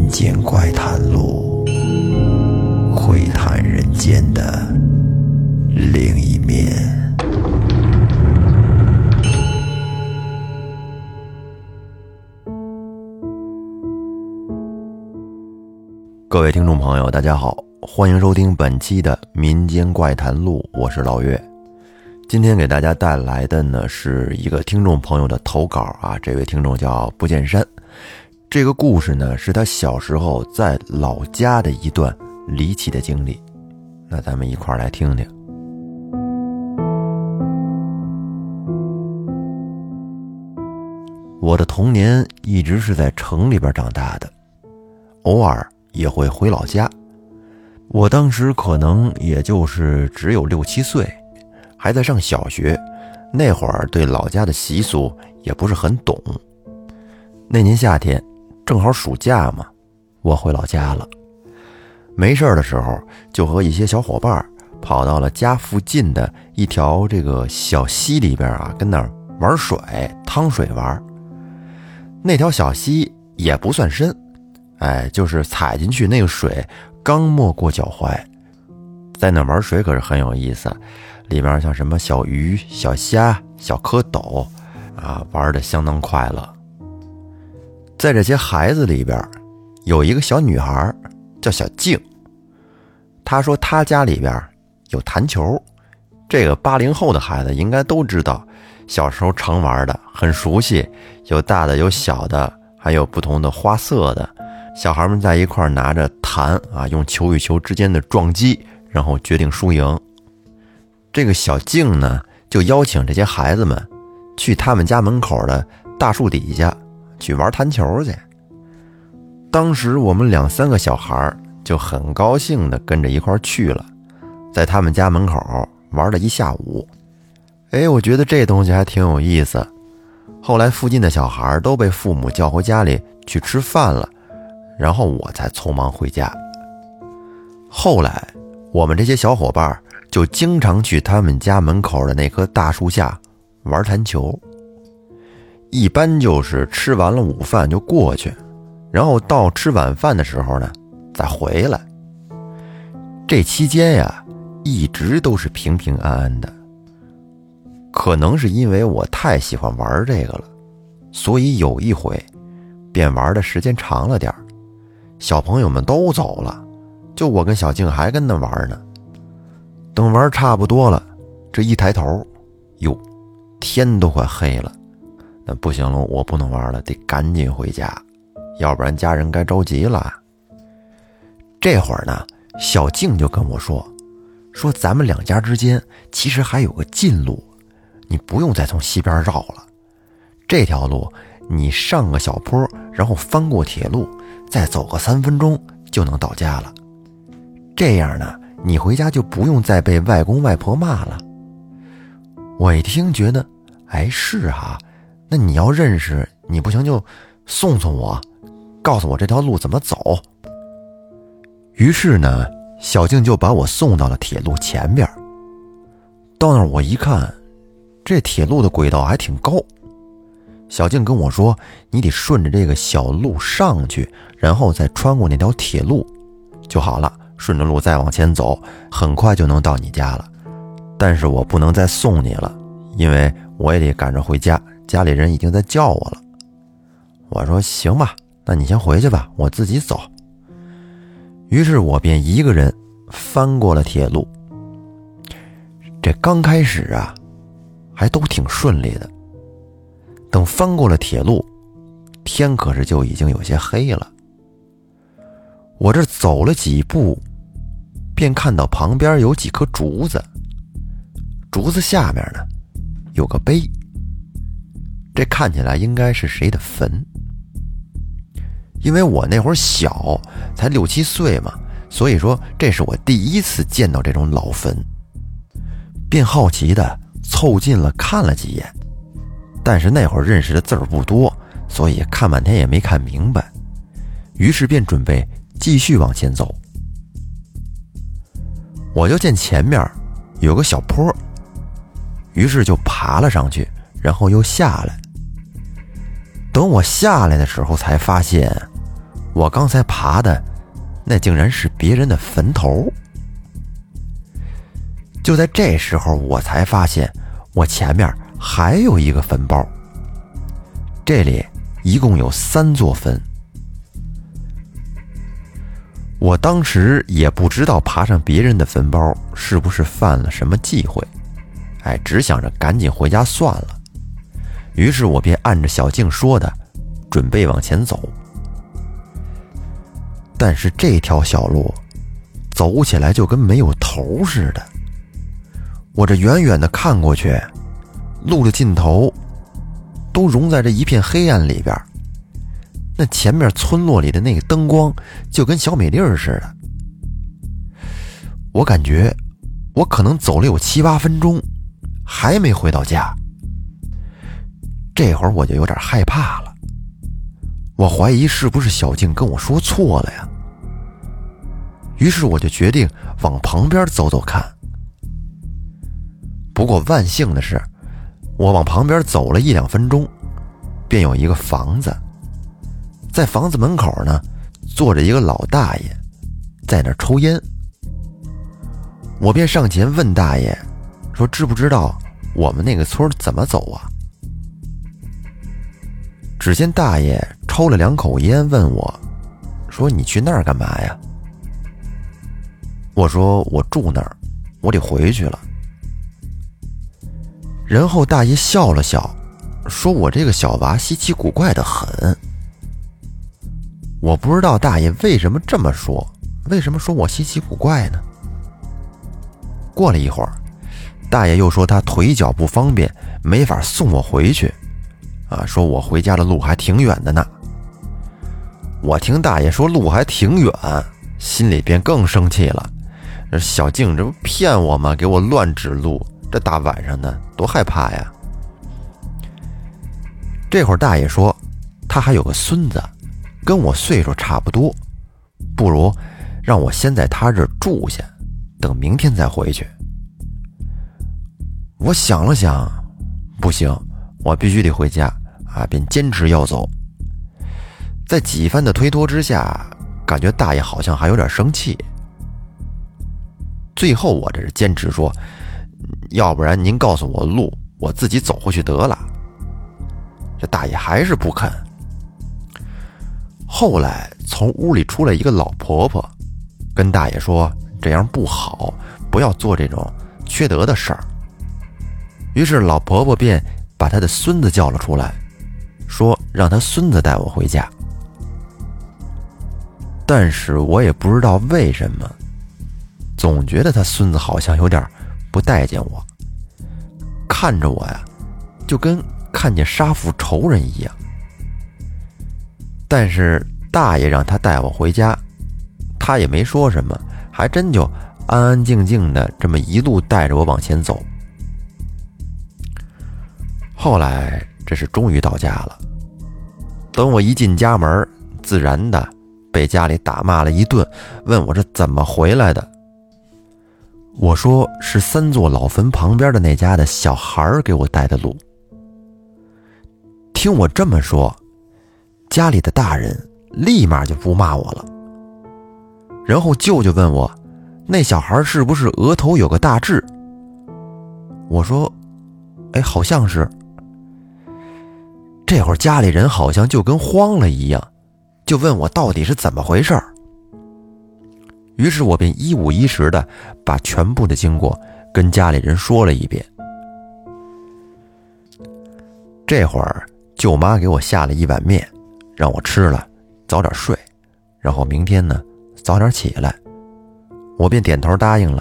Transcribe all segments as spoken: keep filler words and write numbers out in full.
民间怪谈录，窥探人间的另一面。各位听众朋友大家好，欢迎收听本期的民间怪谈录，我是老岳。今天给大家带来的呢是一个听众朋友的投稿啊，这位听众叫不见山。这个故事呢是他小时候在老家的一段离奇的经历，那咱们一块儿来听听。我的童年一直是在城里边长大的，偶尔也会回老家。我当时可能也就是只有六七岁，还在上小学，那会儿对老家的习俗也不是很懂。那年夏天正好暑假嘛，我回老家了。没事的时候就和一些小伙伴跑到了家附近的一条这个小溪里边啊，跟那儿玩水趟水玩。那条小溪也不算深，哎，就是踩进去那个水刚没过脚踝。在那玩水可是很有意思，里面像什么小鱼、小虾、小蝌蚪啊，玩得相当快乐。在这些孩子里边有一个小女孩叫小静，她说她家里边有弹球，这个八零后的孩子应该都知道，小时候常玩的，很熟悉，有大的有小的，还有不同的花色的。小孩们在一块拿着弹啊，用球与球之间的撞击，然后决定输赢。这个小静呢，就邀请这些孩子们去他们家门口的大树底下去玩弹球去。当时我们两三个小孩就很高兴的跟着一块去了，在他们家门口玩了一下午。哎，我觉得这东西还挺有意思。后来附近的小孩都被父母叫回家里去吃饭了，然后我才匆忙回家。后来我们这些小伙伴就经常去他们家门口的那棵大树下玩弹球，一般就是吃完了午饭就过去，然后到吃晚饭的时候呢再回来。这期间呀一直都是平平安安的。可能是因为我太喜欢玩这个了，所以有一回便玩的时间长了点，小朋友们都走了，就我跟小静还跟那玩呢。等玩差不多了，这一抬头，哟，天都快黑了。那不行了，我不能玩了，得赶紧回家，要不然家人该着急了。这会儿呢，小静就跟我说，说咱们两家之间其实还有个近路，你不用再从西边绕了。这条路你上个小坡，然后翻过铁路，再走个三分钟就能到家了。这样呢，你回家就不用再被外公外婆骂了。我一听觉得，哎，是啊，那你要认识，你不行就送送我，告诉我这条路怎么走。于是呢，小静就把我送到了铁路前边。到那儿我一看，这铁路的轨道还挺高。小静跟我说，你得顺着这个小路上去，然后再穿过那条铁路就好了，顺着路再往前走，很快就能到你家了。但是我不能再送你了，因为我也得赶着回家，家里人已经在叫我了。我说行吧，那你先回去吧，我自己走。于是我便一个人翻过了铁路。这刚开始啊还都挺顺利的，等翻过了铁路，天可是就已经有些黑了。我这走了几步，便看到旁边有几棵竹子，竹子下面呢有个碑，这看起来应该是谁的坟。因为我那会儿小，才六七岁嘛，所以说这是我第一次见到这种老坟，便好奇的凑近了看了几眼。但是那会儿认识的字儿不多，所以看半天也没看明白，于是便准备继续往前走。我就见前面有个小坡，于是就爬了上去，然后又下来。等我下来的时候才发现， 我刚才爬的那竟然是别人的坟头。就在这时候，我才发现我前面还有一个坟包，这里一共有三座坟。我当时也不知道爬上别人的坟包是不是犯了什么忌讳，哎，只想着赶紧回家算了。于是我便按着小静说的，准备往前走。但是这条小路走起来就跟没有头似的。我这远远的看过去，路的尽头都融在这一片黑暗里边，那前面村落里的那个灯光就跟小美丽儿似的。我感觉我可能走了有七八分钟还没回到家。这会儿我就有点害怕了，我怀疑是不是小静跟我说错了呀。于是我就决定往旁边走走看。不过万幸的是，我往旁边走了一两分钟，便有一个房子，在房子门口呢坐着一个老大爷，在那儿抽烟。我便上前问大爷说，知不知道我们那个村怎么走啊？只见大爷抽了两口烟，问我说，你去那儿干嘛呀？我说我住那儿，我得回去了。然后大爷笑了笑，说我这个小娃稀奇古怪的很。我不知道大爷为什么这么说，为什么说我稀奇古怪呢？过了一会儿，大爷又说他腿脚不方便，没法送我回去啊，说我回家的路还挺远的呢。我听大爷说路还挺远，心里便更生气了。这小静这不骗我吗？给我乱指路，这大晚上的多害怕呀。这会儿大爷说他还有个孙子跟我岁数差不多，不如让我先在他这儿住下，等明天再回去。我想了想，不行，我必须得回家啊，便坚持要走。在几番的推脱之下，感觉大爷好像还有点生气。最后我这是坚持说，要不然您告诉我路，我自己走回去得了。这大爷还是不肯。后来从屋里出来一个老婆婆，跟大爷说这样不好，不要做这种缺德的事儿。于是老婆婆便把她的孙子叫了出来，说让他孙子带我回家。但是我也不知道为什么，总觉得他孙子好像有点不待见我，看着我呀，就跟看见杀父仇人一样。但是大爷让他带我回家，他也没说什么，还真就安安静静的这么一路带着我往前走。后来这是终于到家了，等我一进家门，自然的被家里打骂了一顿，问我这怎么回来的。我说是三座老坟旁边的那家的小孩给我带的路。听我这么说，家里的大人立马就不骂我了。然后舅舅问我，那小孩是不是额头有个大痣？我说，哎，好像是。这会儿家里人好像就跟慌了一样，就问我到底是怎么回事儿。于是我便一五一十的把全部的经过跟家里人说了一遍。这会儿舅妈给我下了一碗面，让我吃了早点睡，然后明天呢早点起来。我便点头答应了。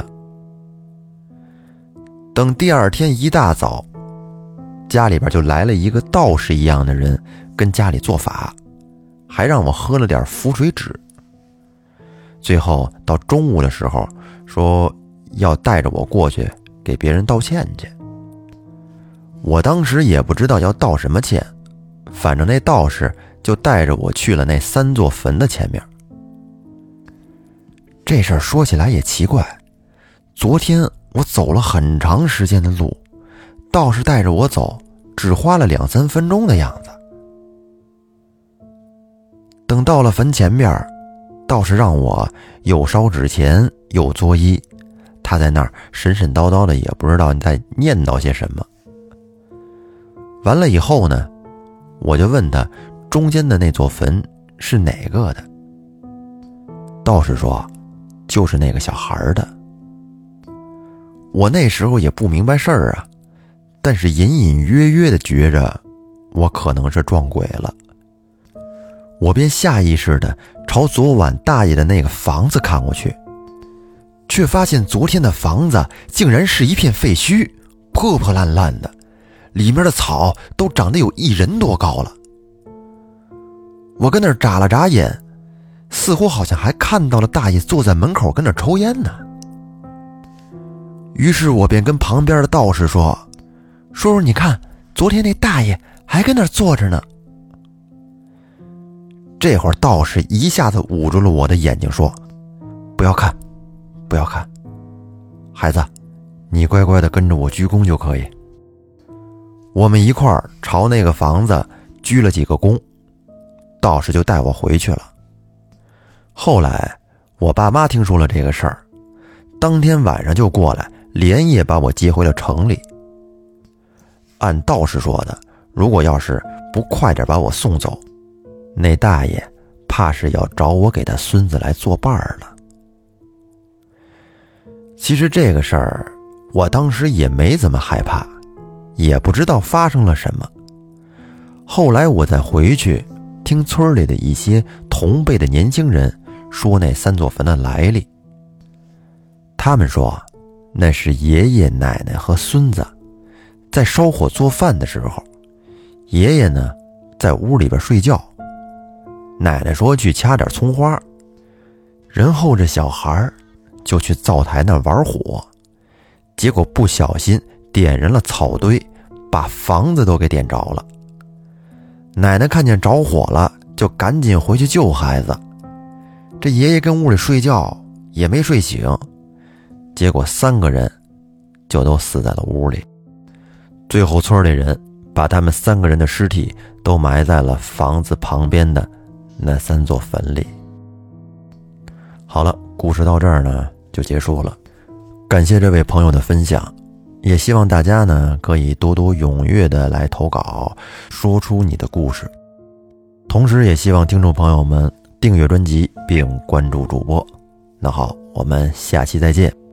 等第二天一大早，家里边就来了一个道士一样的人跟家里做法，还让我喝了点符水纸。最后到中午的时候说要带着我过去给别人道歉去。我当时也不知道要道什么歉，反正那道士就带着我去了那三座坟的前面。这事儿说起来也奇怪，昨天我走了很长时间的路，道士带着我走只花了两三分钟的样子。等等到了坟前面，道士让我又烧纸钱又作揖，他在那儿神神叨叨的，也不知道你在念叨些什么。完了以后呢，我就问他中间的那座坟是哪个的。道士说就是那个小孩的。我那时候也不明白事儿啊，但是隐隐约约的觉着我可能是撞鬼了，我便下意识的朝昨晚大爷的那个房子看过去，却发现昨天的房子竟然是一片废墟，破破烂烂的，里面的草都长得有一人多高了。我跟那儿眨了眨眼，似乎好像还看到了大爷坐在门口跟那儿抽烟呢。于是我便跟旁边的道士说：叔叔，你看昨天那大爷还跟那儿坐着呢。这会儿道士一下子捂住了我的眼睛说：不要看，不要看，孩子，你乖乖的跟着我鞠躬就可以。我们一块儿朝那个房子鞠了几个躬，道士就带我回去了。后来我爸妈听说了这个事儿，当天晚上就过来，连夜把我接回了城里。按道士说的，如果要是不快点把我送走，那大爷怕是要找我给他孙子来作伴儿了。其实这个事儿我当时也没怎么害怕，也不知道发生了什么。后来我再回去听村里的一些同辈的年轻人说那三座坟的来历，他们说那是爷爷奶奶和孙子在烧火做饭的时候，爷爷呢在屋里边睡觉，奶奶说去掐点葱花，然后这小孩就去灶台那玩火，结果不小心点燃了草堆，把房子都给点着了。奶奶看见着火了，就赶紧回去救孩子，这爷爷跟屋里睡觉也没睡醒，结果三个人就都死在了屋里。最后村里人把他们三个人的尸体都埋在了房子旁边的那三座坟里。好了，故事到这儿呢就结束了。感谢这位朋友的分享，也希望大家呢可以多多踊跃的来投稿，说出你的故事。同时也希望听众朋友们订阅专辑并关注主播。那好，我们下期再见。